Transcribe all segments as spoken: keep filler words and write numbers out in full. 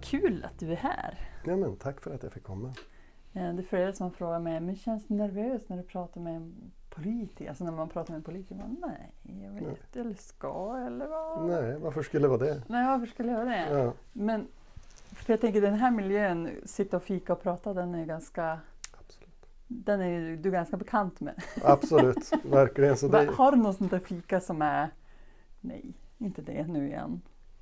kul att du är här. Ja, men tack för att jag fick komma. Det är flera som frågar mig, men känns du nervös när du pratar med en politiker? Alltså när man pratar med en politiker, man, nej, jag vet inte, eller ska, eller vad? Nej, varför skulle det vara det? Nej, varför skulle jag det? Ja. Men, för jag tänker den här miljön, sitta och fika och prata, den är ganska... Absolut. Den är ju du är ganska bekant med. Absolut, verkligen. Så det... Har du något sånt där fika som är, nej, inte det nu igen?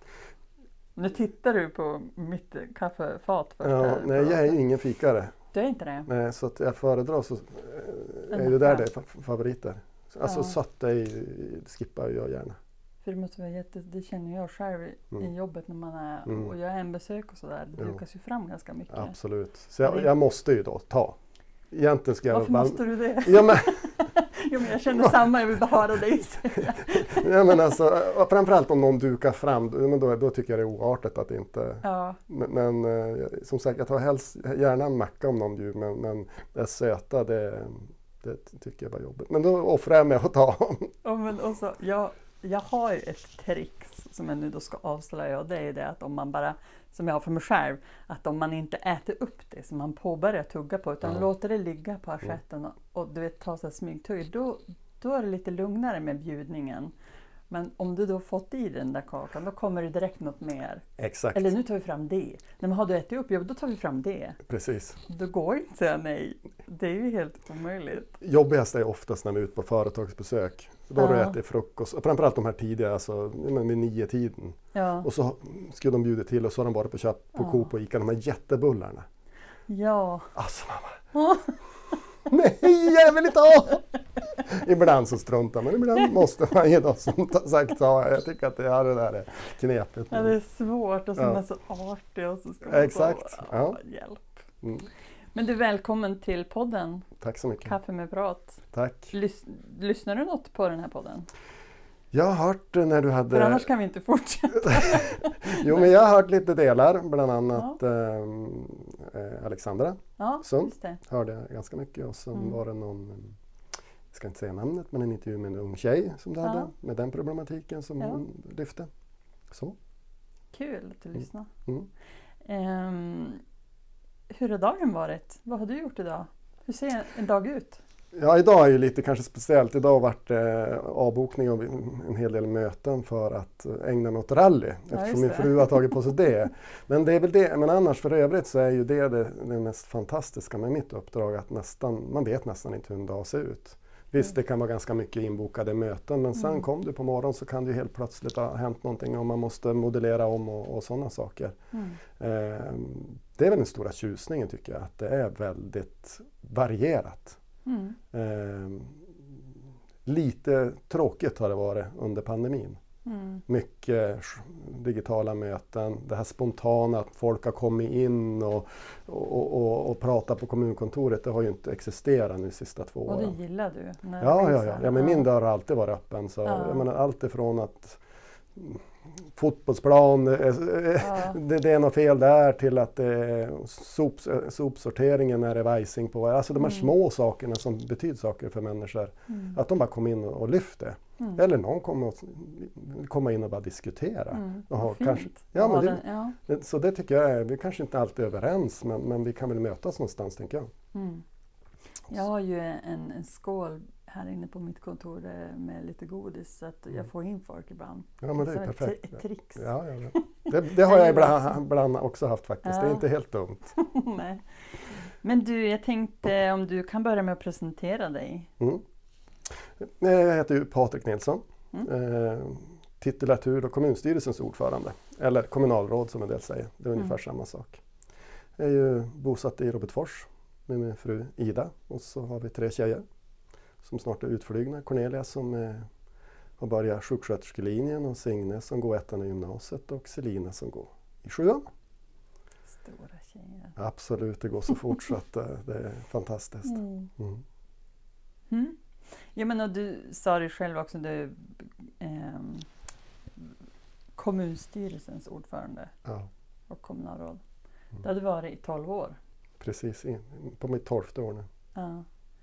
Nu tittar du på mitt kaffefat först. Ja, här. nej, jag är ju ingen fikare. Du är inte det? Nej, så att jag föredrar så är det där det är favoriter. Alltså Ja. sött är skippar jag gärna. För det måste vara jätte, det känner jag själv i Mm. jobbet när man är, Mm. och jag är en besök och sådär, det Ja. dukas ju fram ganska mycket. Absolut. Så jag, jag måste ju då ta. Egentligen ska jag... Varför bara... måste du det? Ja, men... Jo, men jag känner samma, jag vill bara höra dig säga. ja, men alltså, framförallt om någon dukar fram, men då, då tycker jag det är oartigt att inte... Ja. Men, men eh, som sagt, jag tar helst, gärna en macka om någon bjuder, men, men det söta, det, det tycker jag bara är jobbigt. Men då offrar jag mig att ta. Ja, men också, jag, jag har ju ett tricks som jag nu då ska avslöja, och det är det att om man bara, som jag har för mig själv, att om man inte äter upp det som man påbörjar tugga på, utan Ja. låter det ligga på assietten och, och du vet, ta sig smygtugg, då, då är det lite lugnare med bjudningen. Men om du då fått i den där kakan, då kommer det direkt något mer. Exakt. Eller nu tar vi fram det. När man har du ätit upp, ja, då tar vi fram det. Precis. Då går inte att säga nej. Det är ju helt omöjligt. Jobbigast är oftast när vi är ute på företagsbesök. Då har du Ja. ätit frukost, och framförallt de här tidiga, alltså vid nio tiden. Ja. Och så skulle de bjuda till och så har de varit på köp på Ja. Coop och Ica, de här jättebullarna. Ja. Alltså mamma. Nej, jag vill inte ha! Ibland så struntar man, ibland måste man ju då som sagt ta. Jag tycker att det, ja, det där är knepigt. Ja, det är svårt och så Ja. är man så artig och så ska man Exakt, så, ja. ja, hjälp. Mm. Men du är välkommen till podden Tack så mycket. Kaffe med prat. Tack. Lys- lyssnar du något på den här podden? Jag har hört när du hade... För annars kan vi inte fortsätta. Jo, men jag har hört lite delar, bland annat ja. eh, Alexandra Ja, Sund. just det. Hörde jag ganska mycket, och sen Mm. var det någon, jag ska inte säga namnet, men en intervju med en ung tjej som du Ja. hade, med den problematiken som Ja. hon lyfte. Så. Kul att du lyssnar. Mm. Ehm, hur har dagen varit? Vad har du gjort idag? Hur ser en dag ut? Ja, idag är ju lite kanske speciellt. Idag har varit eh, avbokning av en hel del möten för att ägna mig åt rally. Eftersom just min det. fru har tagit på sig det. Men det är väl det. Men annars för övrigt så är ju det det, det mest fantastiska med mitt uppdrag. Att nästan, man vet nästan inte hur en dag ser ut. Visst, det kan vara ganska mycket inbokade möten. Men sen Mm. kom du på morgonen så kan det ju helt plötsligt ha hänt någonting. Och man måste modellera om och, och sådana saker. Mm. Eh, det är väl den stora tjusningen tycker jag. Att det är väldigt varierat. Mm. Eh, lite tråkigt har det varit under pandemin. Mm. Mycket digitala möten, det här spontana att folk har kommit in och, och, och, och pratat på kommunkontoret, det har ju inte existerat nu de sista två Och åren. det gillar du? När Ja, det ja, är så ja, här. ja, men min dörr har alltid varit öppen. Så, Ja. jag menar, allt ifrån att fotbollsplan, eh, Ja. det, det är något fel där, till att eh, sop, sopsorteringen är det vajsing på. Alltså de här Mm. små sakerna som betyder saker för människor. Mm. Att de bara kommer in och, och lyfter. Mm. Eller någon kommer och, komma in och bara diskutera. Mm. Och ha, Vad fint. kanske, ja, men Ja, det, den, ja. det, så det tycker jag är, vi kanske inte alltid är överens, men, men vi kan väl mötas någonstans, tänker jag. Mm. Jag har ju en, en skål här inne på mitt kontor eh, med lite godis, så att jag får in folk ibland. Ja, men det Så är ett perfekt. tri- Ett trix. Ja, ja, ja. Det, det har jag ibland, ibland också haft faktiskt. Ja. Det är inte helt dumt. Nej. Men du, jag tänkte om du kan börja med att presentera dig. Mm. Jag heter ju Patrik Nilsson. Mm. Eh, titulatur och kommunstyrelsens ordförande. Eller kommunalråd som en del säger. Det är Mm. ungefär samma sak. Jag är ju bosatt i Robertsfors med min fru Ida. Och så har vi tre tjejer som snart är utflygna. Cornelia som eh, har börjat sjuksköterskelinjen, och Signe som går ettan i gymnasiet, och Selina som går i sjuan. Stora tjejer. Absolut, det går så fort så att eh, det är fantastiskt. Mm. Mm. Mm. Ja, men och du sa det själv också, du är ehm, kommunstyrelsens ordförande Ja, och kommunalråd. Mm. Det hade varit i tolv år. precis. In, på mitt tolfte år nu. Ja.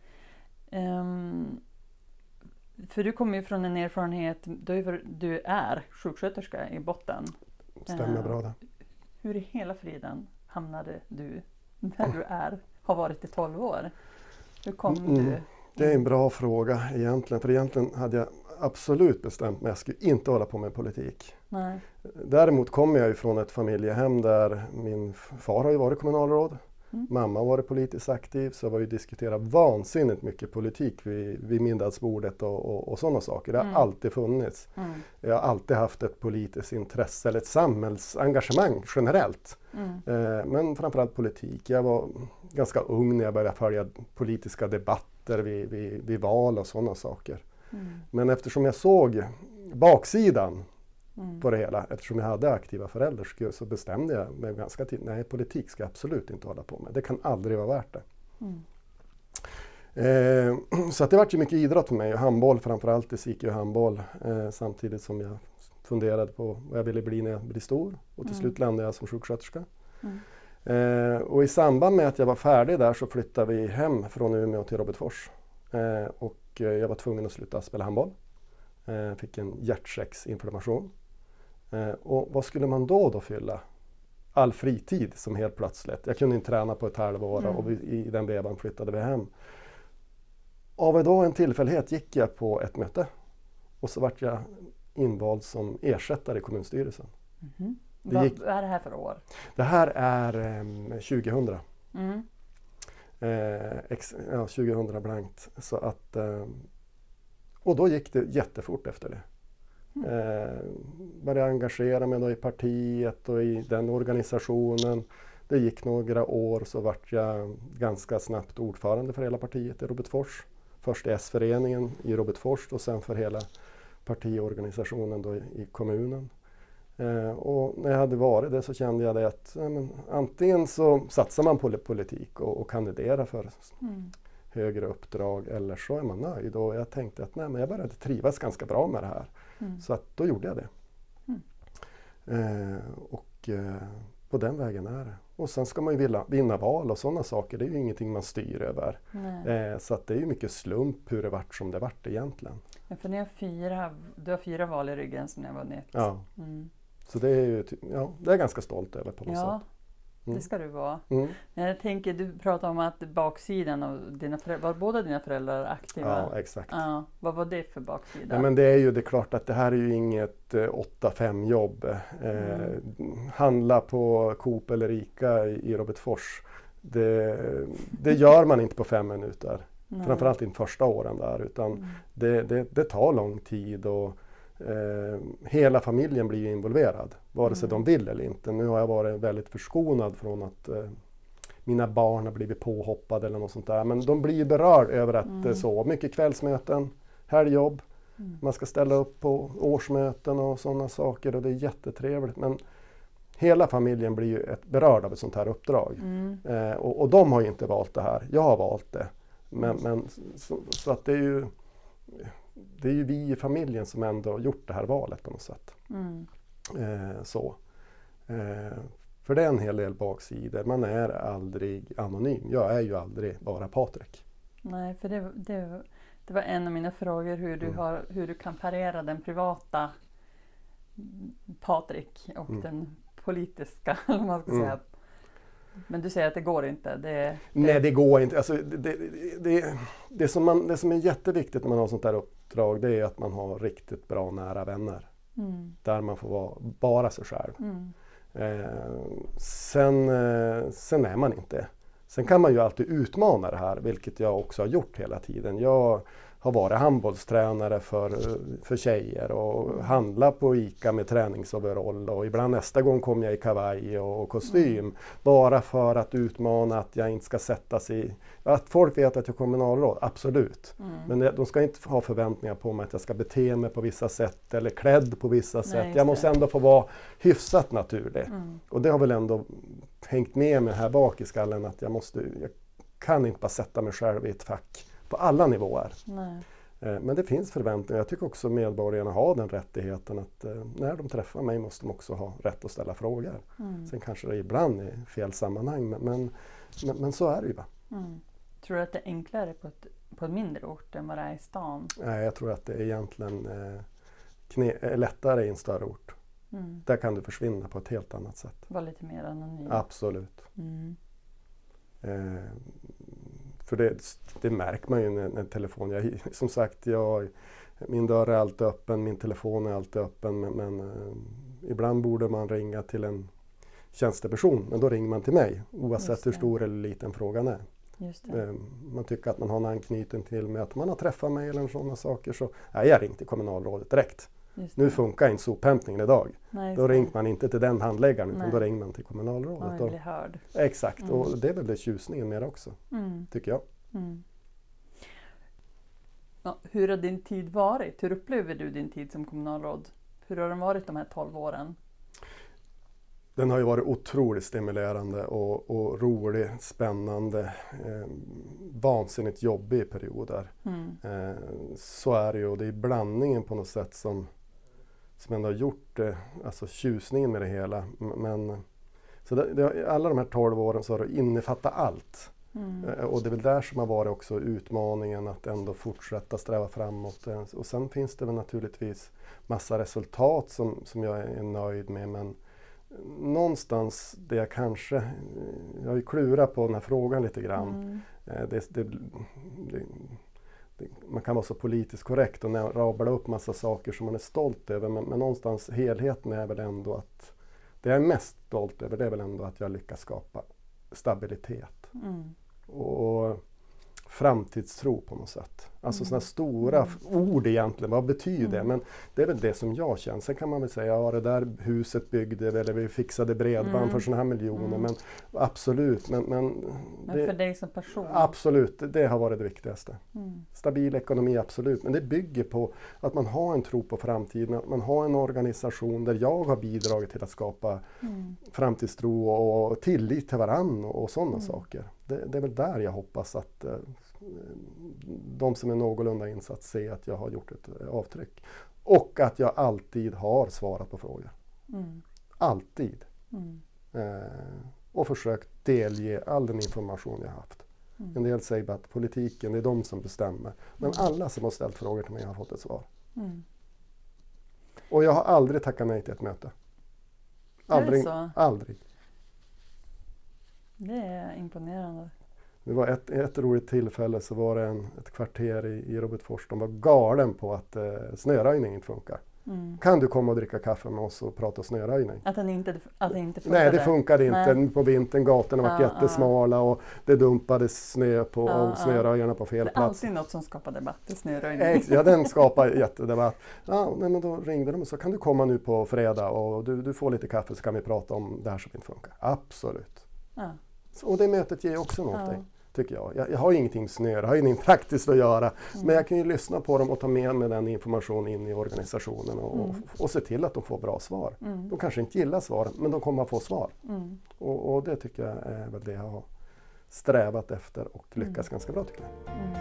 Ehm, för du kommer ju från en erfarenhet, du är, du är sjuksköterska i botten. Stämmer Ja. bra det. hur i hela friden hamnade du där du är, har varit i tolv år? Hur kom Mm. du? Det är en bra fråga egentligen. För egentligen hade jag absolut bestämt mig. Jag skulle inte hålla på med politik. Nej. Däremot kommer jag ju från ett familjehem där min far har ju varit kommunalråd. Mm. Mamma har varit politiskt aktiv, så jag var ju diskuterat vansinnigt mycket politik vid, vid middagsbordet och, och, och sådana saker. Det har Mm. alltid funnits. Mm. Jag har alltid haft ett politiskt intresse eller ett samhällsengagemang generellt. Mm. Eh, men framförallt politik. Jag var ganska ung när jag började följa politiska debatter vid, vid, vid val och sådana saker. Mm. Men eftersom jag såg baksidan Mm. på det hela, eftersom jag hade aktiva föräldrar, så bestämde jag mig ganska tidigt. Nej, politik ska jag absolut inte hålla på med. Det kan aldrig vara värt det. Mm. Eh, så att det var ju mycket idrott för mig, och handboll framförallt. Det gick ju handboll eh, samtidigt som jag funderade på vad jag ville bli när jag blir stor. Och till Mm. slut landade jag som sjuksköterska. Mm. Eh, och i samband med att jag var färdig där så flyttade vi hem från Umeå till Robertsfors. Eh, och eh, jag var tvungen att sluta spela handboll. Eh, fick en hjärtsäcksinflammation. Eh, och vad skulle man då då fylla? All fritid som helt plötsligt. Jag kunde inte träna på ett halvår Mm. och vi, i den vevan flyttade vi hem. Av då en tillfällighet gick jag på ett möte och så vart jag invald som ersättare i kommunstyrelsen. Mm. Det Vad gick- vad är det här för år? Det här är eh, tjugohundra. Mm. Eh, ex, ja, tjugohundra blankt. Så att, eh, och då gick det jättefort efter det. Eh, började engagera mig då i partiet och i den organisationen. Det gick några år, så vart jag ganska snabbt ordförande för hela partiet i Robertsfors. Först i S-föreningen i Robertsfors och sen för hela partiorganisationen då i, i kommunen. Eh, och när jag hade varit det så kände jag det att ja, men, antingen så satsar man på politik och, och kandiderar för Mm. högre uppdrag, eller så är man nöjd. Och jag tänkte att nej, men jag började trivas ganska bra med det här. Mm. Så att då gjorde jag det. Mm. Eh, och eh, på den vägen är det. Och sen ska man ju vilja, vinna val och sådana saker. Det är ju ingenting man styr över. Nej. Eh, så att det är ju mycket slump hur det vart som det vart egentligen. Ja, för ni har fyra, du har fyra val i ryggen som ni har vunnit. Ja, Mm. så det är ju ty- ja, det är jag ganska stolt över på något Ja, sätt. Mm. det ska du vara. Mm. Men jag tänker, du pratar om att baksidan av dina föräldrar, var båda dina föräldrar aktiva? Ja, exakt. Ja, vad var det för baksida? Ja, men det är ju det är klart att det här är ju inget eh, åtta fem jobb. Eh, Mm. Handla på Coop eller Ica i, i Robertsfors. Det, det gör man inte på fem minuter. Nej. Framförallt inte första åren där. Utan Mm. det, det, det tar lång tid och eh, hela familjen blir ju involverad. Vare sig Mm. de vill eller inte. Nu har jag varit väldigt förskonad från att eh, mina barn har blivit påhoppade eller något sånt där. Men de blir berörda över att Mm. det är så. Mycket kvällsmöten, helgjobb. Mm. Man ska ställa upp på årsmöten och sådana saker och det är jättetrevligt. Men hela familjen blir ju ett, berörd av ett sånt här uppdrag. Mm. Eh, och, och de har ju inte valt det här. Jag har valt det. Men, men så, så att det är ju det är ju vi i familjen som ändå har gjort det här valet på något sätt. Mm. Eh, så. Eh, för det är en hel del baksidor. Man är aldrig anonym. Jag är ju aldrig bara Patrik. Nej, för det, det, det var en av mina frågor, hur du, Mm. har, hur du kan parera den privata Patrik och Mm. den politiska, eller vad man ska Mm. säga. Men du säger att det går inte. Det, det, Nej, det går inte. Alltså, det, det, det, det, som man, det som är jätteviktigt när man har sånt här uppdrag, det är att man har riktigt bra nära vänner. Mm. Där man får vara bara sig själv. Mm. Eh, sen, eh, sen är man inte. Sen kan man ju alltid utmana det här, vilket jag också har gjort hela tiden. Jag har varit handbollstränare för, för tjejer och handlat på Ica med träningsoverall och ibland nästa gång kom jag i kavaj och kostym. Mm. Bara för att utmana att jag inte ska sättas i... Att folk vet att jag är kommunalråd, absolut. Mm. Men det, de ska inte ha förväntningar på mig att jag ska bete mig på vissa sätt eller klädd på vissa Nej, sätt. just Jag måste det. ändå få vara hyfsat naturlig. Mm. Och det har väl ändå hängt med mig här bak i skallen att jag måste, jag kan inte bara sätta mig själv i ett fack på alla nivåer. Nej. Eh, Men det finns förväntningar. Jag tycker också medborgarna har den rättigheten att eh, när de träffar mig måste de också ha rätt att ställa frågor. Mm. Sen kanske det ibland är fel sammanhang, men, men, men, men så är det ju va. Mm. Tror du att det är enklare på, ett, på en mindre ort än vad det är i stan? Nej, jag tror att det är egentligen eh, kne- är lättare i en större ort. Mm. Där kan du försvinna på ett helt annat sätt. Var lite mer anonym. Absolut. Mm. Eh, för det, det märker man ju när, när telefon, jag, som sagt, jag, min dörr är alltid öppen, min telefon är alltid öppen, men, men eh, ibland borde man ringa till en tjänsteperson, men då ringer man till mig oavsett hur stor eller liten frågan är. Just det. Eh, man tycker att man har en anknytning till mig, att man har träffat mig eller sådana saker, så nej, jag ringde till kommunalrådet direkt. Nu funkar inte sophämtningen idag. Nej, då ringer man inte till den handläggaren, utan Nej. då ringer man till kommunalrådet. Man blir hörd. Exakt, Mm. och det är väl det tjusningen mer också, mm. tycker jag. Mm. Ja, hur har din tid varit? Hur upplever du din tid som kommunalråd? Hur har den varit de här tolv åren? Den har ju varit otroligt stimulerande och, och rolig, spännande, eh, vansinnigt jobbig i perioder. Mm. Eh, så är det ju, och det är blandningen på något sätt som, som ändå har gjort det, alltså tjusningen med det hela. M- Men så det, det, alla de här tolv åren så har det innefattat allt. Mm. Eh, och det är väl där som har varit också utmaningen att ändå fortsätta sträva framåt. Eh, och sen finns det väl naturligtvis massa resultat som, som jag är nöjd med, men någonstans det jag kanske, jag har ju klurat på den här frågan lite grann. Mm. Eh, det, det, det, det, man kan vara så politiskt korrekt och rabbla upp massa saker som man är stolt över, men, men någonstans helheten är väl ändå att det jag är mest stolt över, det är väl ändå att jag lyckas skapa stabilitet. Mm. Och framtidstro på något sätt. Alltså Mm. sådana stora Mm. ord egentligen, vad betyder det? Mm. Men det är väl det som jag känner. Sen kan man väl säga, ja det där huset byggde vi, eller vi fixade bredband Mm. för sådana här miljoner. Mm. Men absolut, men, men, Men det, för dig som person? absolut, det, det har varit det viktigaste. Mm. Stabil ekonomi, absolut. Men det bygger på att man har en tro på framtiden, att man har en organisation där jag har bidragit till att skapa Mm. framtidstro och tillit till varann och, och sådana Mm. saker. Det, det är väl där jag hoppas att eh, de som är någorlunda insatt ser att jag har gjort ett eh, avtryck. Och att jag alltid har svarat på frågor. Mm. Alltid. Mm. Eh, och försökt delge all den information jag har haft. Mm. En del säger bara att politiken, det är de som bestämmer. Men Mm. alla som har ställt frågor till mig har fått ett svar. Mm. Och jag har aldrig tackat nej till ett möte. Aldrig. Är det så? Aldrig. Det är imponerande. Det var ett, ett roligt tillfälle, så var det en, ett kvarter i, i Robertsfors. De var galen på att eh, snöröjning inte funkar. Mm. Kan du komma och dricka kaffe med oss och prata snöröjning? Att den inte, att det inte funkade? Nej, det funkade inte. Nej. På vintern, gatorna var Ja, jättesmala och det dumpades snö på Ja, av ja. snöröjarna på Det fel är plats. alltid något som skapar debatt, det är snöröjning. Ex- Ja, den skapar jättedebatt. Ja, nej, men då ringde de och sa, kan du komma nu på fredag och du, du får lite kaffe så kan vi prata om det här som inte funkar. Absolut. Ja. Så, och det mötet ger också någonting. Ja. Tycker jag. jag. Jag har ju ingenting snö, jag har ju ingenting praktiskt att göra. Mm. Men jag kan ju lyssna på dem och ta med mig den information in i organisationen och, Mm. och, och se till att de får bra svar. Mm. De kanske inte gillar svaren, men de kommer att få svar. Mm. Och, och det tycker jag är väl det jag har strävat efter och lyckats Mm. ganska bra, tycker jag. Mm.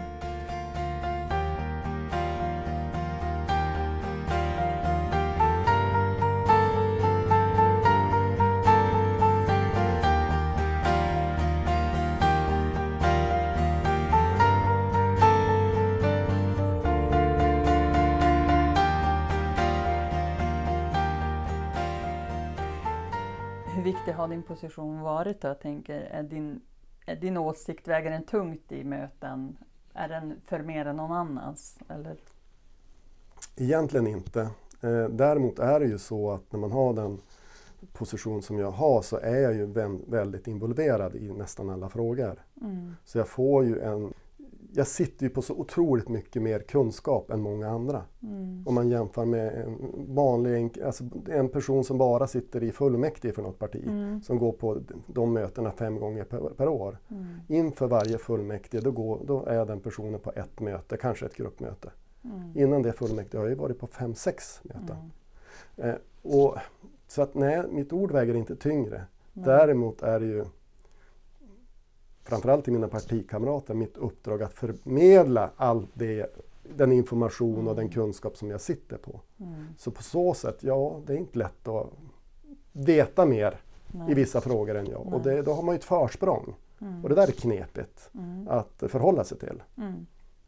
Hur viktig har din position varit då? Jag tänker, är din, är din åsikt, väger den tungt i möten? Är den för mer än någon annans? Eller? Egentligen inte. Eh, däremot är det ju så att när man har den position som jag har, så är jag ju vän, väldigt involverad i nästan alla frågor. Mm. Så jag får ju en... Jag sitter ju på så otroligt mycket mer kunskap än många andra. Mm. Om man jämför med en vanlig, alltså en person som bara sitter i fullmäktige för något parti. Mm. Som går på de mötena fem gånger per, per år. Mm. Inför varje fullmäktige, då, går, då är den personen på ett möte, kanske ett gruppmöte. Mm. Innan det fullmäktige har jag ju varit på fem, sex möten. Mm. Eh, och, så att nej, mitt ord väger inte tyngre. Mm. Däremot är det ju framförallt till mina partikamrater mitt uppdrag att förmedla all det, den information Mm. och den kunskap som jag sitter på. Mm. Så på så sätt, ja, det är inte lätt att veta mer Nej. i vissa frågor än jag. Nej. Och det, då har man ju ett försprång. Mm. Och det där är knepigt Mm. att förhålla sig till. Mm.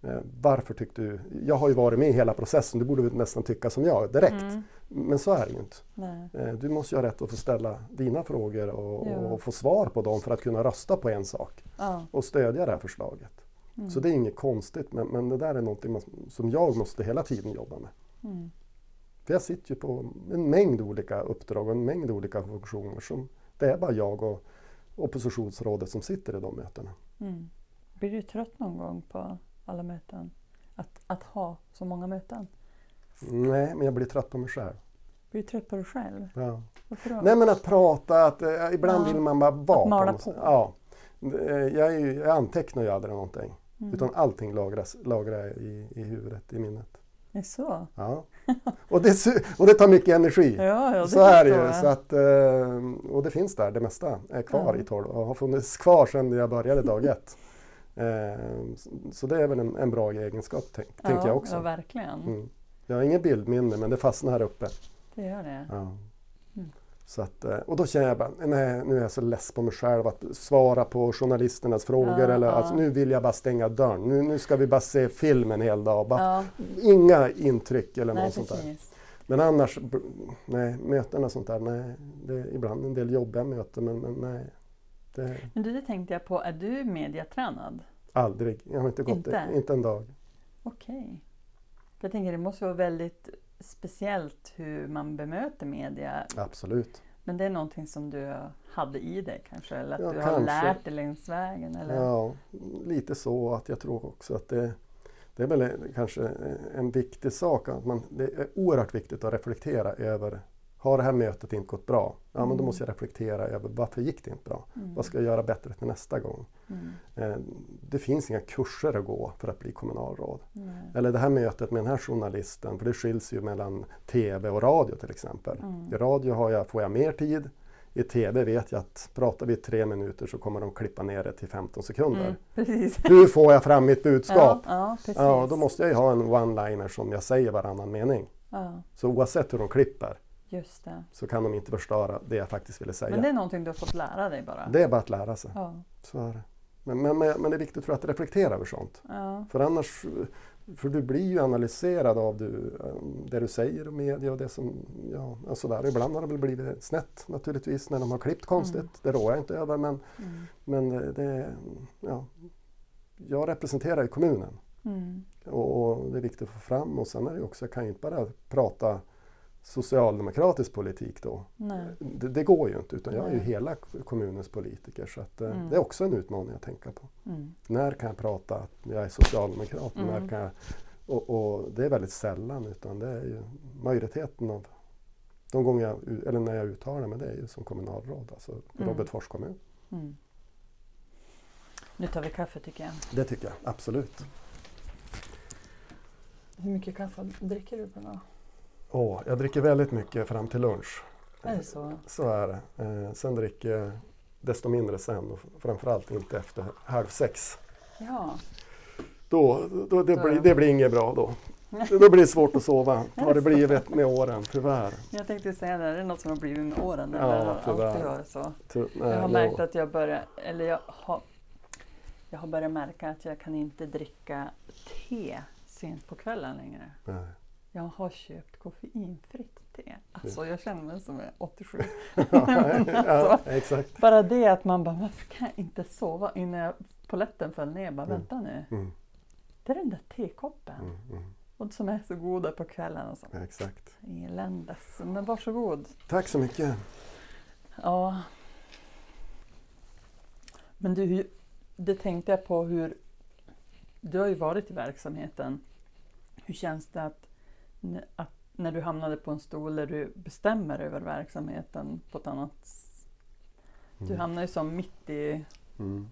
Eh, varför tyckte du... Jag har ju varit med i hela processen, du borde väl nästan tycka som jag direkt. Mm. Men så är det ju inte. Nej. Du måste ju ha rätt att få ställa dina frågor och, ja. och få svar på dem för att kunna rösta på en sak. Ja. Och stödja det här förslaget. Mm. Så det är inget konstigt, men, men det där är något man, som jag måste hela tiden jobba med. Mm. För jag sitter ju på en mängd olika uppdrag och en mängd olika funktioner. Som det är bara jag och oppositionsrådet som sitter i de mötena. Mm. Blir du trött någon gång på alla möten? Att, att ha så många möten? Nej, men jag blir trött på mig själv. Blir du trött på dig själv? Ja. Varför då? Nej, men att prata, att, eh, ibland ja. vill man bara vara. Att mala på. Ja. Jag, är ju, jag antecknar ju aldrig någonting. Mm. Utan allting lagras, lagrar jag i, i huvudet, i minnet. Det är så? Ja. Och det, och det tar mycket energi. Ja, ja, det så är det ju. Så att, och det finns där, det mesta är kvar ja. i tolv och har funnits kvar sedan jag började dag ett. Så det är väl en, en bra egenskap, tänk, ja, tänker jag också. Ja, verkligen. Mm. Jag har ingen bildminne, men det fastnar här uppe. Det gör det. Ja. Mm. Så att, och då känner jag bara, nej, nu är jag så less på mig själv att svara på journalisternas frågor. Ja, eller, ja. Alltså, nu vill jag bara stänga dörren. Nu, nu ska vi bara se film en hel dag. Bara, ja. Inga intryck eller nej, något sånt precis. där. Men annars, nej, möten och sånt där, nej. Det är ibland en del jobbiga möten, men, men nej. Det... Men du, det tänkte jag på, är du mediatränad? Aldrig. Jag har inte gått inte? det. Inte en dag. Okej. Okay. Jag tänker det måste vara väldigt speciellt hur man bemöter media. Absolut. Men det är någonting som du hade i dig kanske? Eller att ja, du kanske. har lärt dig längs vägen? Eller? Ja, lite så att jag tror också att det, det är väl kanske en viktig sak. Att man, det är oerhört viktigt att reflektera över, har det här mötet inte gått bra? Ja, mm. men då måste jag reflektera över varför gick det inte bra? Mm. Vad ska jag göra bättre till nästa gång? Mm. Eh, det finns inga kurser att gå för att bli kommunalråd. Mm. Eller det här mötet med den här journalisten, för det skiljs ju mellan tv och radio till exempel. Mm. I radio har jag, får jag mer tid. I tv vet jag att pratar vi tre minuter så kommer de klippa ner det till femton sekunder. Mm, Hur får jag fram mitt budskap? Ja, ja, precis. Ja, då måste jag ju ha en one-liner som jag säger varannan mening. Ja. Så oavsett hur de klipper Just det. så kan de inte förstöra det jag faktiskt ville säga. Men det är någonting du har fått lära dig bara? Det är bara att lära sig. Ja. Så är det. Men, men, men det är viktigt för att reflektera över sånt. Ja. För annars, för du blir ju analyserad av du, det du säger och media och det som, ja, och sådär. Ibland har det väl blivit snett naturligtvis när de har klippt konstigt. Mm. Det rår jag inte över, men, mm. men det, det, ja, jag representerar ju kommunen. Mm. Och, och det är viktigt att få fram. Och sen är det också, jag kan ju inte bara prata socialdemokratisk politik då. Det, det går ju inte, utan jag är ju hela kommunens politiker. Så att, mm. det är också en utmaning att tänka på. Mm. När kan jag prata att jag är socialdemokrat? Mm. När kan jag, och, och det är väldigt sällan, utan det är ju majoriteten av de gånger jag, eller när jag uttalar mig, det är ju som kommunalråd, alltså mm. Robertsfors kommun. Mm. Nu tar vi kaffe tycker jag. Det tycker jag, absolut. Hur mycket kaffe dricker du på då? Åh, jag dricker väldigt mycket fram till lunch. Är det så? Så är det. Eh, sen dricker jag desto mindre sen och framförallt inte efter halv sex. Ja. Då, då, det, blir, det blir inget bra då. Då blir det svårt att sova. Har det blivit med åren, tyvärr. Jag tänkte säga det, är det något som har blivit med åren? Ja, eller tyvärr. Alltid var det så? Ty- nej, jag har no. märkt att jag börjar, eller jag har, jag har börjat märka att jag kan inte dricka te sent på kvällen längre. Nej. Jag har köpt koffeinfritt te. Alltså jag känner mig som är åttiosju. ja, alltså, exakt. Bara det att man bara, varför kan jag inte sova innan jag polletten föll ner? Bara, Mm. vänta nu. Mm. Det är den där tekoppen. Mm, mm. Och som är så goda på kvällen och så. Ja, exakt. Eländes. Men varsågod. Tack så mycket. Ja. Men du, det tänkte jag på hur, du har ju varit i verksamheten. Hur känns det att, att när du hamnade på en stol där du bestämmer över verksamheten på ett annat s- Mm. Du hamnar ju som mitt i... Mm.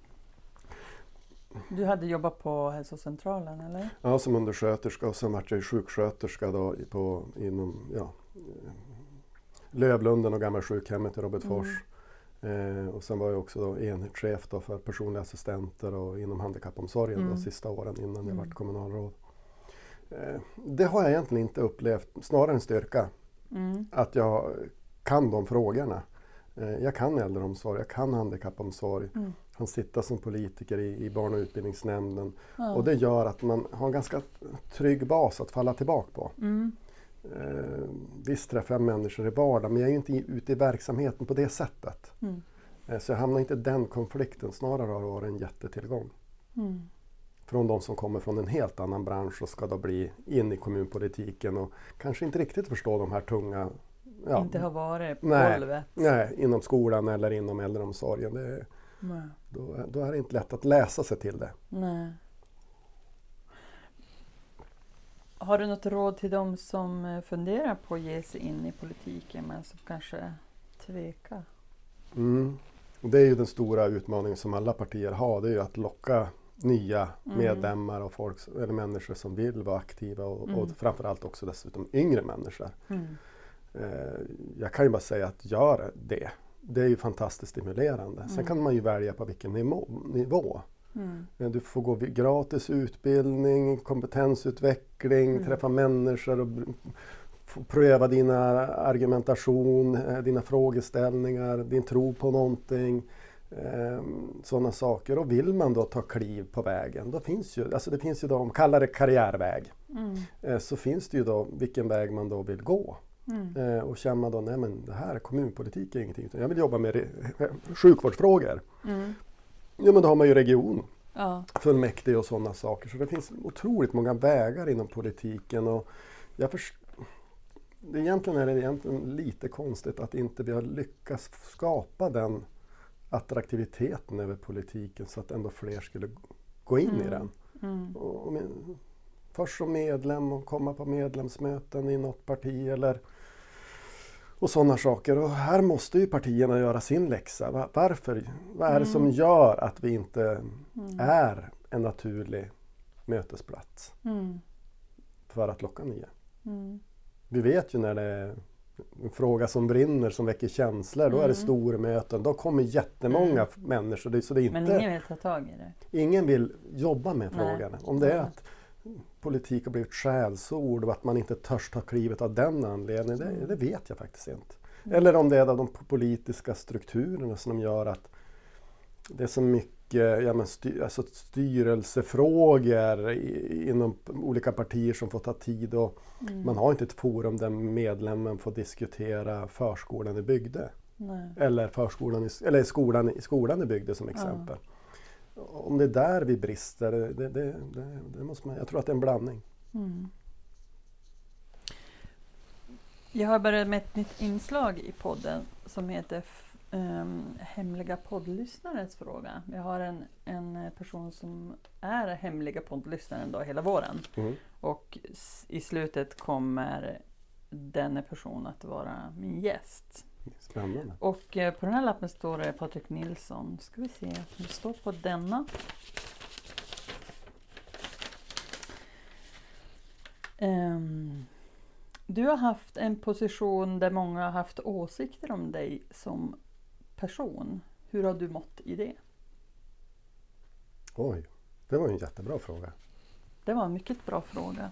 Du hade jobbat på hälsocentralen, eller? Ja, som undersköterska och sen var jag sjuksköterska då i- på, inom ja, eh, Lövlunden och gamla sjukhemmet i Robertsfors. Eh, och sen var jag också då enhetschef då för personliga assistenter och inom handikappomsorgen Mm. de sista åren innan jag Mm. var kommunalråd. Eh, det har jag egentligen inte upplevt, snarare en styrka, Mm. att jag kan de frågorna. Eh, jag kan äldreomsorg, jag kan handikappomsorg. Mm. kan sitta som politiker i, i barn- och utbildningsnämnden. Ja. Och det gör att man har en ganska trygg bas att falla tillbaka på. Mm. Eh, visst träffar jag människor i vardagen, men jag är ju inte i, ute i verksamheten på det sättet. Mm. Eh, så jag hamnar inte i den konflikten, snarare har det varit en jättetillgång. Mm. Från de som kommer från en helt annan bransch och ska då bli in i kommunpolitiken och kanske inte riktigt förstå de här tunga... Ja, Inte har varit på nej, golvet. nej, inom skolan eller inom äldreomsorgen. Det, Nej. då, då är det inte lätt att läsa sig till det. Nej. Har du något råd till dem som funderar på att ge sig in i politiken men som kanske tvekar? Mm. Och det är ju den stora utmaningen som alla partier har. Det är ju att locka nya Mm. medlemmar och folk, eller människor som vill vara aktiva och, Mm. och framförallt också dessutom yngre människor. Mm. Eh, jag kan ju bara säga att gör det. Det är ju fantastiskt stimulerande. Sen Mm. kan man ju välja på vilken nivå. nivå. Mm. Eh, Du får gå vid gratis utbildning, kompetensutveckling, Mm. träffa människor och b- få pröva dina argumentation, eh, dina frågeställningar, din tro på någonting. Eh, sådana saker. Och vill man då ta kliv på vägen, då finns ju, alltså det finns ju då, om man kallar det karriärväg, Mm. eh, så finns det ju då vilken väg man då vill gå. Mm. Eh, och känner man då, nej men det här kommunpolitik är ingenting, utan jag vill jobba med re- sjukvårdsfrågor. Mm. Ja, men då har man ju region, Ja. fullmäktige och sådana saker. Så det finns otroligt många vägar inom politiken. Och jag först- det egentligen är det egentligen lite konstigt att inte vi har lyckats skapa den attraktiviteten över politiken så att ändå fler skulle gå in Mm. i den. Mm. Och, och med, först som medlem och komma på medlemsmöten i något parti eller och sådana saker. Och här måste ju partierna göra sin läxa. Va- Varför? Vad är det som Mm. gör att vi inte Mm. är en naturlig mötesplats Mm. för att locka nya? Mm. Vi vet ju när det är en fråga som brinner, som väcker känslor, då är det Mm. stormöten. Då kommer jättemånga Mm. f- människor. Det- Så det är inte, Men ingen vill ta tag i det. ingen vill jobba med Nej. frågan. Om det är Nej. att politik har blivit skällsord och att man inte törs ta klivet av den anledningen, det, Mm. det vet jag faktiskt inte. Mm. Eller om det är de politiska strukturerna som gör att det är så mycket ja, men styr, alltså styrelsefrågor i, inom olika partier som får ta tid. Och Mm. man har inte ett forum där medlemmen får diskutera förskolan i bygde. Nej. Eller, förskolan i, eller skolan, i skolan i bygde som exempel. Om det är där vi brister, det, det, det, det måste man, jag tror att det är en blandning. Mm. Jag har börjat med ett nytt inslag i podden som heter f- ehm, Hemliga poddlyssnarens fråga. Jag har en, en person som är hemliga poddlyssnaren då hela våren. Mm. Och s- i slutet kommer denna person att vara min gäst. Spännande. Och eh, på den här lappen står det Patrik Nilsson. Ska vi se om det står på denna. Ehm, du har haft en position där många har haft åsikter om dig som person. Hur har du mått i det? Oj, det var en jättebra fråga. Det var en mycket bra fråga.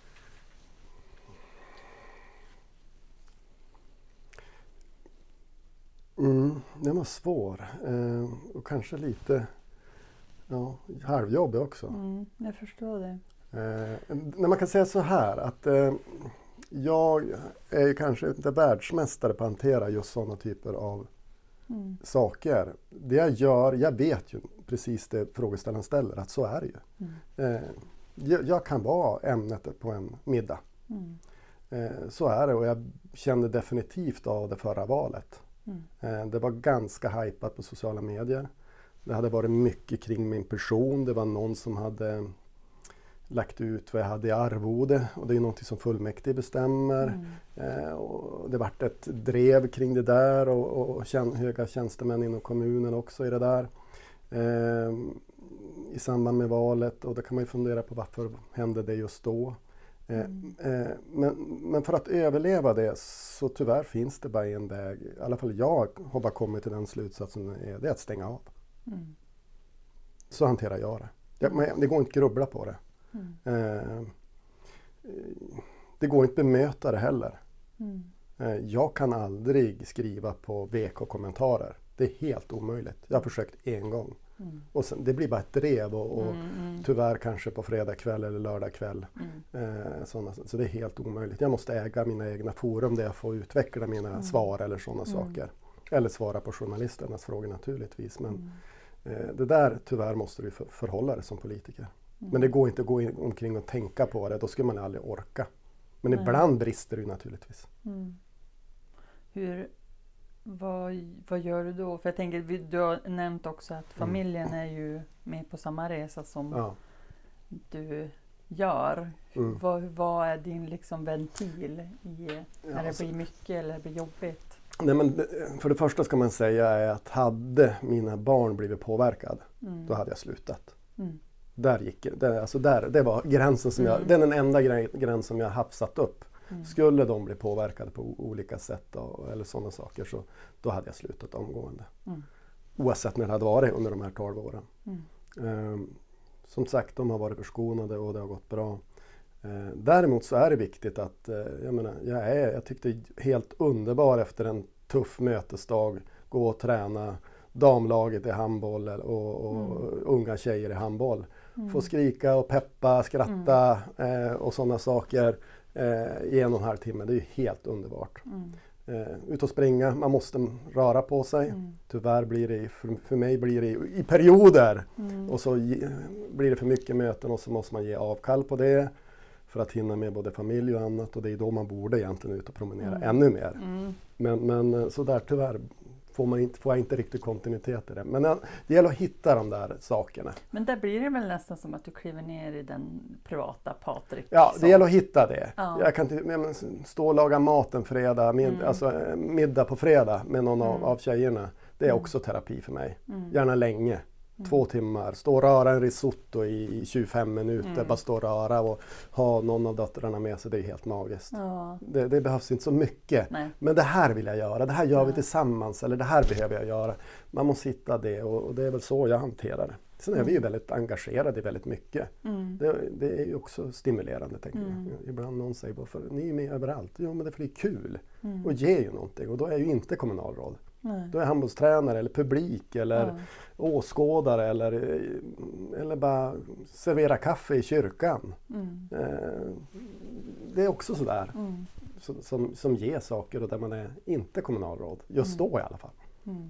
Mm, den var svår. Eh, och kanske lite ja, halvjobbig också. Mm, jag förstår det. Eh, när man kan säga så här att eh, jag är ju kanske inte världsmästare på att hantera just sådana typer av Mm, saker. Det jag gör, jag vet ju precis det frågeställaren ställer, att så är det ju. mm, Eh, jag, jag kan vara ämnet på en middag. mm, Eh, så är det och jag kände definitivt av det förra valet. mm, Eh, det var ganska hypat på sociala medier. Det hade varit mycket kring min person. Det var någon som hade lagt ut vad jag hade i arvode och det är något som fullmäktige bestämmer. mm, Eh, och det vart ett drev kring det där och, och tjän- höga tjänstemän inom kommunen också i det där. Eh, I samband med valet och då kan man ju fundera på varför hände det just då. Eh, Mm. eh, men, men för att överleva det så tyvärr finns det bara en väg. I alla fall jag har bara kommit till den slutsatsen, är, det är att stänga av. mm, Så hanterar jag det. Det, men det går inte att grubbla på det. mm, Eh, det går inte att bemöta det heller. mm, Eh, jag kan aldrig skriva på V K-kommentarer. Det är helt omöjligt. Jag har försökt en gång. Mm. Och sen, det blir bara ett drev och, och mm, mm. tyvärr kanske på fredag kväll eller lördag kväll. Mm. Eh, såna, så det är helt omöjligt. Jag måste äga mina egna forum där jag får utveckla mina Mm. svar eller sådana Mm. saker. Eller svara på journalisternas frågor naturligtvis. Men Mm. eh, det där tyvärr måste du för, förhålla dig som politiker. Mm. Men det går inte att gå in, omkring och tänka på det. Då skulle man aldrig orka. Men Nej. ibland brister det ju naturligtvis. Mm. Hur, vad, vad gör du då? För jag tänker, vi- du har nämnt också att familjen är ju med på samma resa som Ja. du gör. Mm. Vad, vad är din liksom ventil i, när Ja, det alltså- blir mycket eller det blir jobbigt? Nej, men för det första ska man säga är att hade mina barn blivit påverkade, Mm. då hade jag slutat. Mm. Där gick det. Det, alltså där, det var gränsen som jag, Mm. det är den enda gre- gräns som jag haft satt upp. Mm. Skulle de bli påverkade på o- olika sätt och, eller sådana saker, så då hade jag slutat omgående. Mm. Oavsett när det hade varit under de här tolv åren. Mm. Ehm, som sagt, de har varit förskonade och det har gått bra. Ehm, däremot så är det viktigt att, eh, jag menar, jag, är, jag tyckte det är helt underbar efter en tuff mötesdag, gå och träna damlaget i handboll och, och Mm. unga tjejer i handboll. Mm. Få skrika och peppa, skratta eh, och sådana saker eh, i en och en halv timme. Det är ju helt underbart. Mm. Eh, ut och springa, man måste röra på sig. Mm. Tyvärr blir det, för, för mig blir det i, i perioder. Mm. Och så ge, blir det för mycket möten och så måste man ge avkall på det. För att hinna med både familj och annat. Och det är då man borde egentligen ut och promenera Mm. ännu mer. Mm. Men, men så där tyvärr får, man inte, får jag inte riktigt kontinuitet i det. Men eh, det gäller att hitta de där sakerna. Men där blir det väl nästan som att du kliver ner i den privata Patrik. Ja, det som- gäller att hitta det. Ja. Jag kan inte ja, men, stå och laga mat en fredag, mid, Mm. alltså eh, middag på fredag med någon av, Mm. av tjejerna. Det är Mm. också terapi för mig. Mm. Gärna länge. Mm. Två timmar. Stå och röra en risotto i, i tjugofem minuter. Mm. Bara stå och röra och ha någon av döttrarna med sig. Det är helt magiskt. Ja. Det, det behövs inte så mycket. Nej. Men det här vill jag göra. Det här gör vi Ja. tillsammans. Eller det här behöver jag göra. Man måste hitta det och, och det är väl så jag hanterar det. Sen är vi ju väldigt engagerade i väldigt mycket. Mm. Det, det är ju också stimulerande, tänker Mm. jag. Ibland någon säger, varför ni är ju med överallt. Jo, men det är för det är kul Mm. och ger ju någonting. Och då är jag ju inte kommunalråd. Nej. Då är jag handbollstränare eller publik eller Ja. åskådare eller, eller bara servera kaffe i kyrkan. Mm. Eh, det är också sådär Mm. som, som, som ger saker och där man är inte kommunalråd. Just då i alla fall. Mm.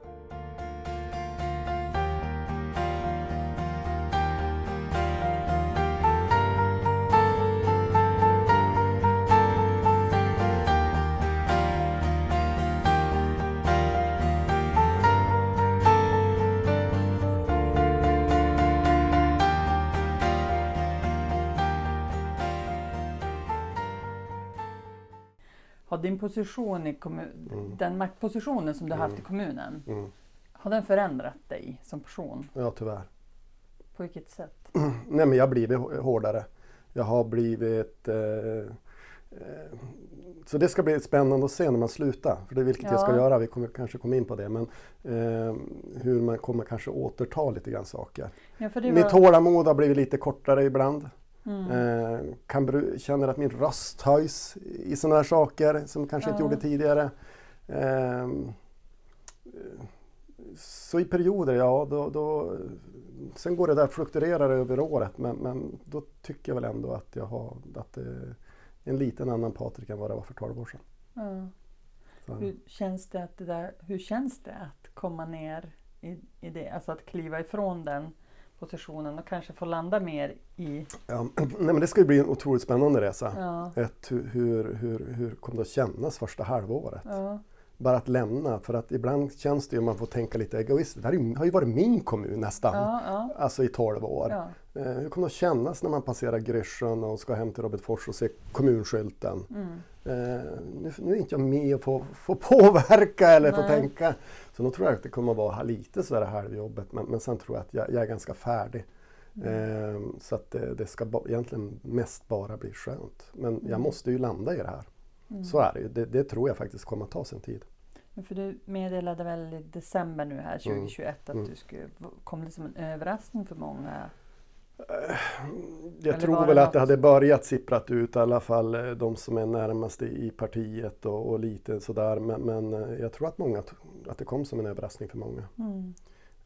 Har din position i kommun, Mm. den maktpositionen som du har haft i Mm. kommunen, Mm. har den förändrat dig som person? Ja, tyvärr. På vilket sätt? Nej, men jag har blivit hå- hårdare. Jag har blivit... Eh, eh, så det ska bli spännande att se när man slutar. För det är vilket jag ska Ja. göra. Vi kommer kanske komma in på det. Men eh, hur man kommer kanske återta lite grann saker. Ja, för det Mitt var... tålamod har blivit lite kortare ibland. Mm. Eh, kan bru- känner att min röst höjs i sådana här saker som kanske inte Ja. gjorde tidigare. Eh, så i perioder, ja, då, då, sen går det där fluktuerar över året, men, men då tycker jag väl ändå att jag har att det är en liten annan Patrik än vad det var för tolv år sedan. Ja. Så. Hur känns det att det där, hur känns det att komma ner i, i det, alltså att kliva ifrån den positionen och kanske få landa mer i... Ja, nej, men det ska ju bli en otroligt spännande resa. Ja. Ett, hur, hur, hur, hur kommer det att kännas första halvåret? Ja. Bara att lämna, för att ibland känns det ju, man får tänka lite egoistiskt. Det här är ju- har ju varit min kommun nästan, Ja, ja. alltså i tolv år. Ja. Eh, hur kommer det att kännas när man passerar Gryssjön och ska hem till Robertsfors och se kommunskylten? Mm. Eh, nu, nu är inte jag med och får, får påverka eller får Nej. tänka. Så då tror jag att det kommer att vara lite sådär halvjobbet, men, men sen tror jag att jag, jag är ganska färdig. Mm. Eh, så att det, det ska ba, egentligen mest bara bli skönt. Men jag Mm. måste ju landa i det här. Mm. Så är det ju. Det, det tror jag faktiskt kommer att ta sin tid. Men för du meddelade väl i december nu här tjugohundratjugoett att Mm. du skulle, kom det som en överraskning för många? Jag Eller tror var det väl att något- det hade börjat sipprat ut i alla fall, eh, de som är närmast i i partiet och, och lite sådär. Men, men eh, jag tror att många, t- att det kom som en överraskning för många. Mm.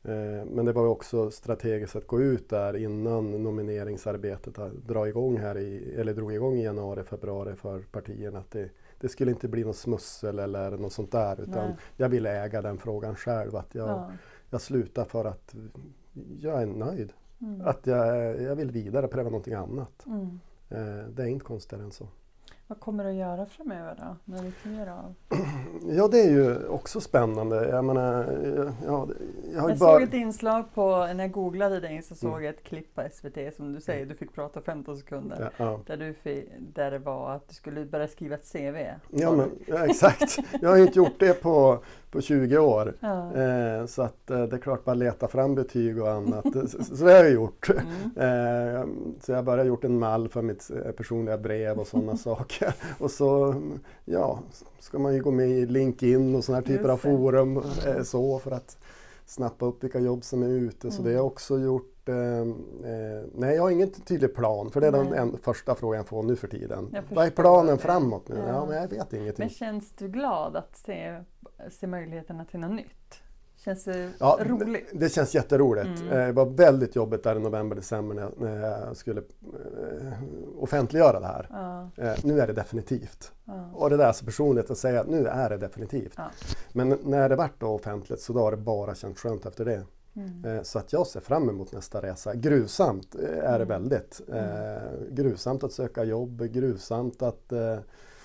Eh, men det var också strategiskt att gå ut där innan nomineringsarbetet drar igång här i, eller drog igång i januari, februari för partierna. Att det, det skulle inte bli något smussel eller något sånt där, utan Nej. jag ville äga den frågan själv. Att jag, ja. jag slutar för att jag är nöjd. Mm. Att jag, jag vill vidare pröva någonting annat. Mm. Eh, det är inte konstigare än så. Vad kommer du att göra framöver då, när du kliver av? Ja, det är ju också spännande. Jag menar, ja, jag har jag bara... såg ett inslag på, när jag googlade dig så såg jag ett klipp på S V T som du säger, du fick prata femton sekunder. Ja, ja. Där, du fick, där det var att du skulle börja skriva ett C V. Ja, men, ja, exakt. Jag har inte gjort det på, på tjugo år. Ja. Eh, så att, eh, det är klart bara leta fram betyg och annat. så, så det har jag gjort. Mm. Eh, så jag har bara gjort en mall för mitt personliga brev och sådana saker. Och så ja, ska man ju gå med i LinkedIn och sådana här typer av forum eh, så för att snappa upp vilka jobb som är ute. Mm. Så det har jag också gjort. Eh, eh, nej, jag har ingen tydlig plan, för det är nej. den en, första frågan jag får nu för tiden. Vad är planen det. framåt nu? Ja. ja, men jag vet ingenting. Men känns du glad att se, se möjligheterna till något nytt? Känns det ja, roligt? Det, det känns jätteroligt. Mm. Det var väldigt jobbigt där i november, december när, när jag skulle eh, offentliggöra det här. Ja. Eh, nu är det definitivt. Ja. Och det där så personligt att säga att nu är det definitivt. Ja. Men när det vart då offentligt så då har det bara känts skönt efter det. Mm. Eh, så att jag ser fram emot nästa resa. Grusamt eh, är det mm. väldigt. Eh, grusamt att söka jobb, grusamt att eh,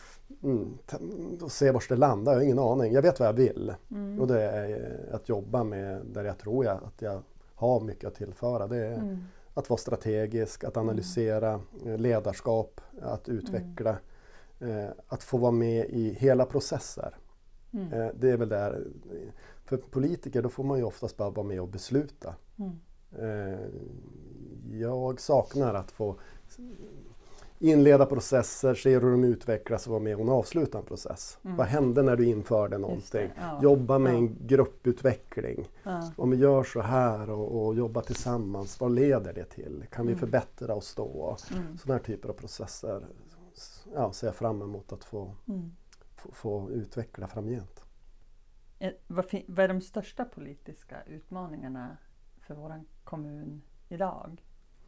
Mm, och se var det landar, jag har ingen aning. Jag vet vad jag vill. Mm. Och det är att jobba med där jag tror jag, att jag har mycket att tillföra. Det är mm. att vara strategisk, att analysera mm. ledarskap, att utveckla, mm. eh, att få vara med i hela processer. Mm. Eh, det är väl där, för politiker då får man ju oftast bara vara med och besluta. Mm. Eh, jag saknar att få inleda processer, se hur de utvecklas och vara med och avsluta en process. Mm. Vad hände när du införde någonting? Ja. Jobba med ja. en grupputveckling. Ja. Om vi gör så här och, och jobbar tillsammans, vad leder det till? Kan mm. vi förbättra oss då? Mm. Sådana här typer av processer ja, ser jag fram emot att få, mm. få, få utveckla framgent. Vad, vad är de största politiska utmaningarna för vår kommun idag?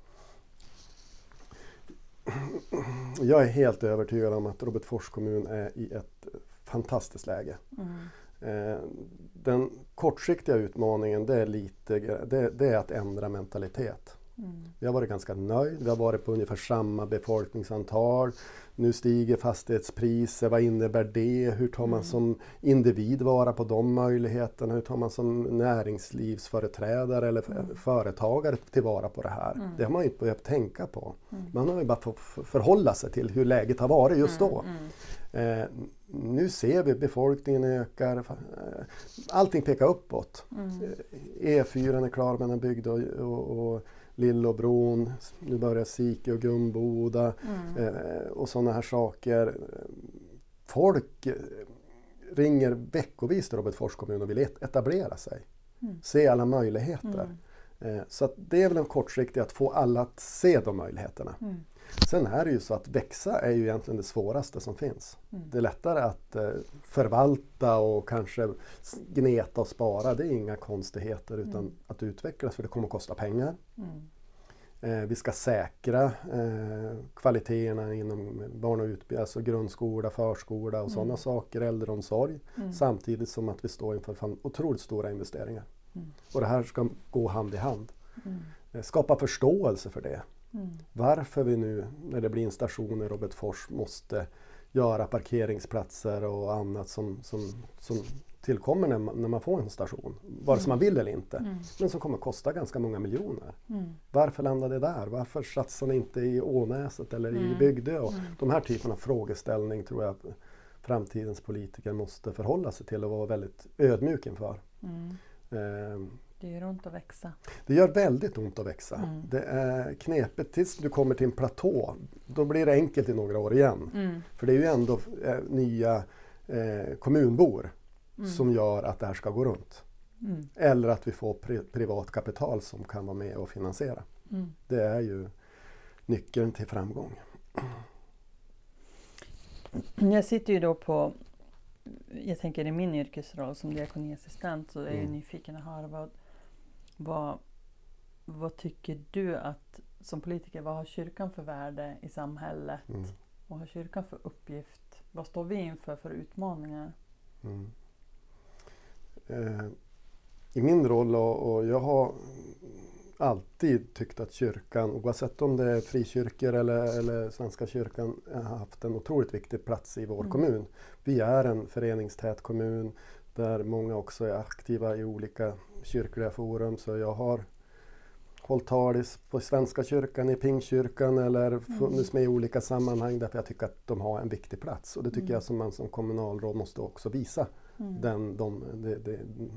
Jag är helt övertygad om att Robertsfors kommun är i ett fantastiskt läge. Mm. Den kortsiktiga utmaningen det är, lite, det, det är att ändra mentalitet. Mm. Vi har varit ganska nöjd, vi har varit på ungefär samma befolkningsantal. Nu stiger fastighetspriser, vad innebär det? Hur tar man mm. som individ vara på de möjligheterna? Hur tar man som näringslivsföreträdare eller mm. företagare tillvara på det här? Mm. Det har man ju inte behövt tänka på. Mm. Man har ju bara fått förhålla sig till hur läget har varit just då. Mm. Mm. Eh, nu ser vi befolkningen ökar, allting pekar uppåt. Mm. E fyra är klar, men den byggd och, och, och Lillåbron, nu börjar Sike och Gumboda mm. eh, och sådana här saker. Folk ringer veckovis till Robertsfors kommun och vill et- etablera sig. Mm. Se alla möjligheter. Mm. Eh, så att det är väl en kortsiktig att få alla att se de möjligheterna. Mm. Sen är det ju så att växa är ju egentligen det svåraste som finns. Mm. Det är lättare att eh, förvalta och kanske gneta och spara. Det är inga konstigheter utan mm. att utvecklas, för det kommer att kosta pengar. Mm. Eh, vi ska säkra eh, kvaliteterna inom barn- och utbildning, alltså grundskola, förskola och mm. sådana saker, äldreomsorg. Mm. Samtidigt som att vi står inför fan, otroligt stora investeringar. Mm. Och det här ska gå hand i hand. Mm. Eh, skapa förståelse för det. Mm. Varför vi nu, när det blir en station i Robertsfors, måste göra parkeringsplatser och annat som, som, som tillkommer när man, när man får en station. Vare sig mm. man vill eller inte. Mm. Men som kommer kosta ganska många miljoner. Mm. Varför landar det där? Varför satsar ni inte i Ånäset eller mm. i Bygdö? Och mm. de här typerna av frågeställning tror jag att framtidens politiker måste förhålla sig till och vara väldigt ödmjuk inför. Mm. Eh, Det gör ont att växa. Det gör väldigt ont att växa. Mm. Det är knepigt tills du kommer till en platå. Då blir det enkelt i några år igen. Mm. För det är ju ändå eh, nya eh, kommunbor mm. som gör att det här ska gå runt. Mm. Eller att vi får pri- privat kapital som kan vara med och finansiera. Mm. Det är ju nyckeln till framgång. Jag sitter ju då på, jag tänker i min yrkesroll som diakoniassistent, så är jag mm. nyfiken att höra vad vad, vad tycker du att som politiker, vad har kyrkan för värde i samhället? Mm. Vad har kyrkan för uppgift? Vad står vi inför för utmaningar? Mm. Eh, I min roll, och, och jag har alltid tyckt att kyrkan, oavsett om det är frikyrkor eller, eller Svenska kyrkan, har haft en otroligt viktig plats i vår Mm. kommun. Vi är en föreningstät kommun där många också är aktiva i olika kyrkliga forum. Så jag har hållit tal på Svenska kyrkan, i Pingstkyrkan eller funnits med i olika sammanhang därför jag tycker att de har en viktig plats. Och det tycker Mm. jag som man som kommunalråd måste också visa. Mm. Den, de, de, de,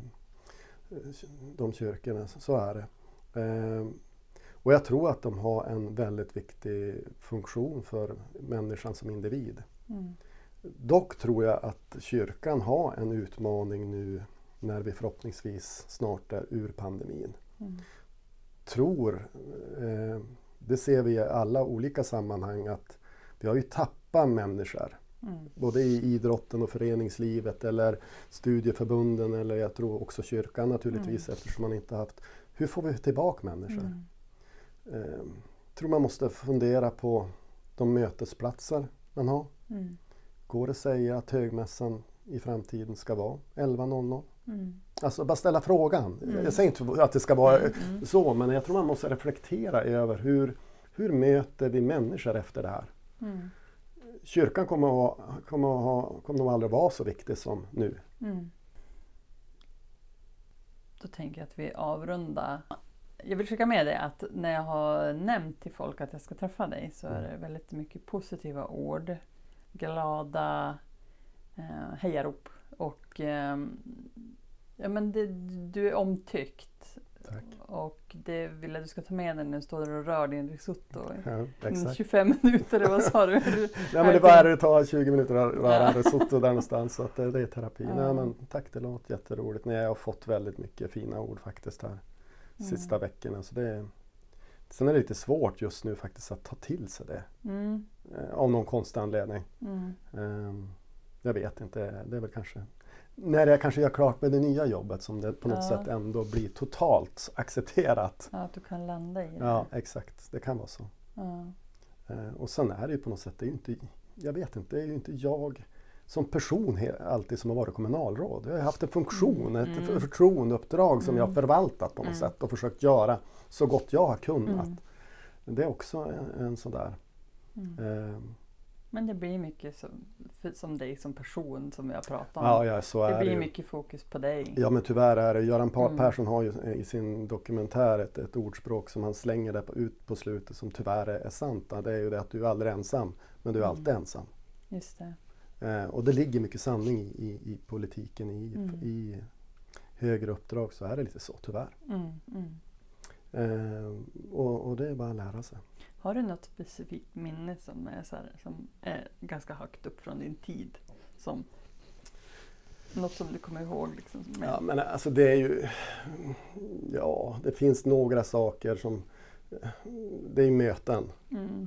de kyrkorna, så är det. Eh, och jag tror att de har en väldigt viktig funktion för människan som individ. Mm. Dock tror jag att kyrkan har en utmaning nu när vi förhoppningsvis snart är ur pandemin. Mm. Tror, eh, det ser vi i alla olika sammanhang, att vi har ju tappat människor. Mm. Både i idrotten och föreningslivet eller studieförbunden, eller jag tror också kyrkan naturligtvis, Mm. eftersom man inte haft. Hur får vi tillbaka människor? Mm. Eh, tror man måste fundera på de mötesplatser man har. Mm. Går det att säga att högmässan i framtiden ska vara elva noll noll? Mm. Alltså bara ställa frågan. Mm. Jag säger inte att det ska vara Mm. Mm. så, men jag tror man måste reflektera över hur, hur möter vi människor efter det här? Mm. Kyrkan kommer att, ha, kommer att ha, kommer nog aldrig vara så viktig som nu. Mm. Då tänker jag att vi avrundar. Jag vill skicka med dig att när jag har nämnt till folk att jag ska träffa dig så är det väldigt mycket positiva ord. Glada eh, hejarop. Och eh, ja, men det, du är omtyckt. Tack. Och det vill jag att du ska ta med dig när du står där och rör din risotto. Ja, i exakt. tjugofem minuter, eller vad sa du? Nej, men det var det tar tjugo minuter att röra en risotto där någonstans, så att det, det är terapi. Ja. Nej, men tack, det låter jätteroligt. Nej, jag har fått väldigt mycket fina ord faktiskt här sista Mm. veckorna. Så det är, sen är det lite svårt just nu faktiskt att ta till sig det. Mm. Eh, av någon konstig anledning. Mm. Eh, jag vet inte, det är väl kanske när jag kanske gör klart med det nya jobbet som det på något Ja. sätt ändå blir totalt accepterat. Ja, att du kan landa i det. Ja, exakt. Det kan vara så. Ja. Eh, och sen är det ju på något sätt, det är ju inte, jag vet inte, det är ju inte jag som person he- alltid som har varit kommunalråd. Jag har haft en funktion, Mm. ett Mm. förtroendeuppdrag som Mm. jag har förvaltat på något Mm. sätt och försökt göra så gott jag har kunnat. Mm. Det är också en, en sån där. Mm. Eh, Men det blir mycket som, för, som dig som person som jag pratar om. ja, ja, så det är blir det ju. mycket fokus på dig. Ja, men tyvärr är det. Göran pa- Mm. Persson har ju i sin dokumentär ett, ett ordspråk som han slänger där på, ut på slutet som tyvärr är, är sant. Det är ju det att du är aldrig ensam, men du är Mm. alltid ensam. Just det. Eh, och det ligger mycket sanning i, i, i politiken, i, Mm. i högre uppdrag, så är det lite så tyvärr. Mm. Mm. Eh, och, och det är bara att lära sig. Har du något specifikt minne som är, så här, som är ganska högt upp från din tid? Som, något som du kommer ihåg? Liksom, med. Ja, men alltså det är ju, ja, det finns några saker som, det är möten. Mm.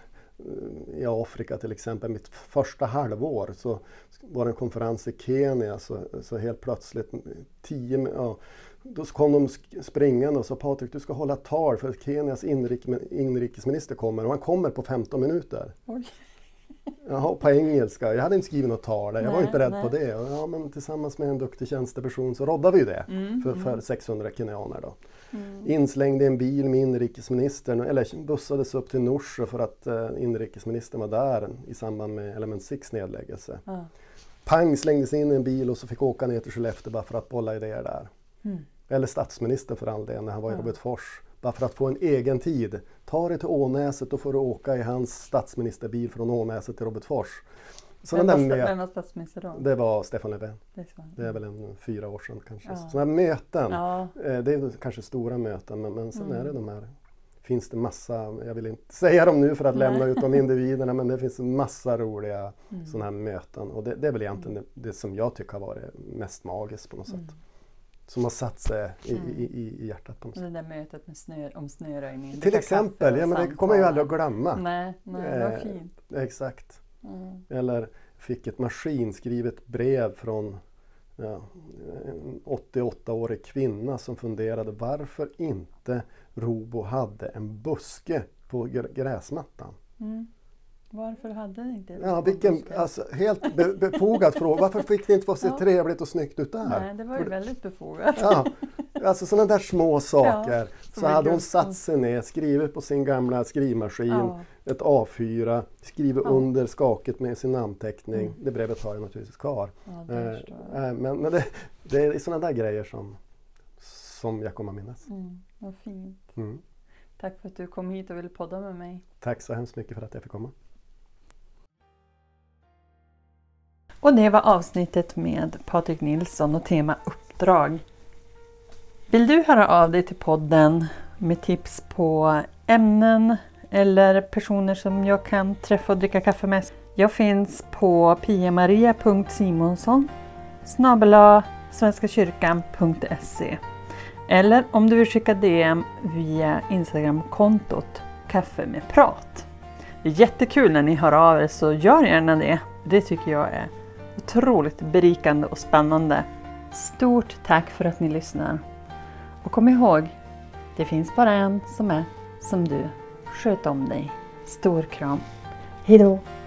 I Afrika till exempel, mitt första halvår så var det en konferens i Kenya, så, så helt plötsligt tio, ja, då kom de springande och sa: Patrik, du ska hålla tal för Kenias inrik, inrikesminister kommer, och han kommer på femton minuter. Oj. Jaha, på engelska. Jag hade inte skrivit något tal där. Jag var Nej, inte beredd nej. på det. Och ja, men tillsammans med en duktig tjänsteperson så roddade vi ju det Mm. för, Mm. för sexhundra kenyaner då. Mm. Inslängde i en bil med inrikesministern, eller bussades upp till Norsjö för att eh, inrikesministern var där i samband med Element sex nedläggelse. Ja. Pang, slängdes in i en bil och så fick åka ner till Skellefteå bara för att bolla idéer där. Mm. Eller statsministern för all del när han var i Ja. Robertsfors. Bara för att få en egen tid. Ta dig till Ånäset och får du åka i hans statsministerbil från Ånäset till Robertsfors. Så Vem, den var, där vem med, var statsminister då? det var Stefan Löfven. Det är, så. Det är väl en fyra år sedan kanske. Ja. Sådana här möten. Ja. Eh, Det är kanske stora möten, men, men sen Mm. är det de här, finns det massa, jag vill inte säga dem nu för att Nej. lämna ut de individerna, men det finns en massa roliga Mm. sådana här möten. Och det, det är väl egentligen det, det som jag tycker har varit mest magiskt på något Mm. sätt. Som har satt sig i, Mm. i, i, i hjärtat på något Och sätt. det där mötet med snö, om snöröjningen. Till dricka exempel, kaffe ja, och men det samtala. kommer jag ju aldrig att glömma. Nej, nej, det var Eh, fint. Exakt. Mm. Eller fick ett maskinskrivet brev från ja, en åttioåttaårig kvinna som funderade varför inte Robo hade en buske på gr- gräsmattan. Mm. Varför hade ni inte det? Ja, vilken, alltså, helt be- befogad fråga. Varför fick det inte vara så Ja. trevligt och snyggt ut där? Nej, det var ju väldigt befogat. Ja, alltså sådana där små saker. Ja, så som är hade hon guld. satt sig ner, skrivit på sin gamla skrivmaskin, Ja. ett A fyra, skrivit Ja. under skaket med sin namnteckning. Mm. Det brevet har jag naturligtvis kvar. Ja, det Eh, förstår jag. eh, men men det, det är sådana där grejer som, som jag kommer att minnas. Mm, vad fint. Mm. Tack för att du kom hit och ville podda med mig. Tack så hemskt mycket för att jag fick komma. Och det var avsnittet med Patrik Nilsson och tema uppdrag. Vill du höra av dig till podden med tips på ämnen eller personer som jag kan träffa och dricka kaffe med? Jag finns på piamaria punkt simonsson snabel-a svenskakyrkan punkt se eller om du vill skicka D M via Instagram-kontot Kaffe med prat. Det är jättekul när ni hör av er, så gör gärna det. Det tycker jag är otroligt berikande och spännande. Stort tack för att ni lyssnar. Och kom ihåg, det finns bara en som är som du. Sköt om dig. Stor kram. Hej då!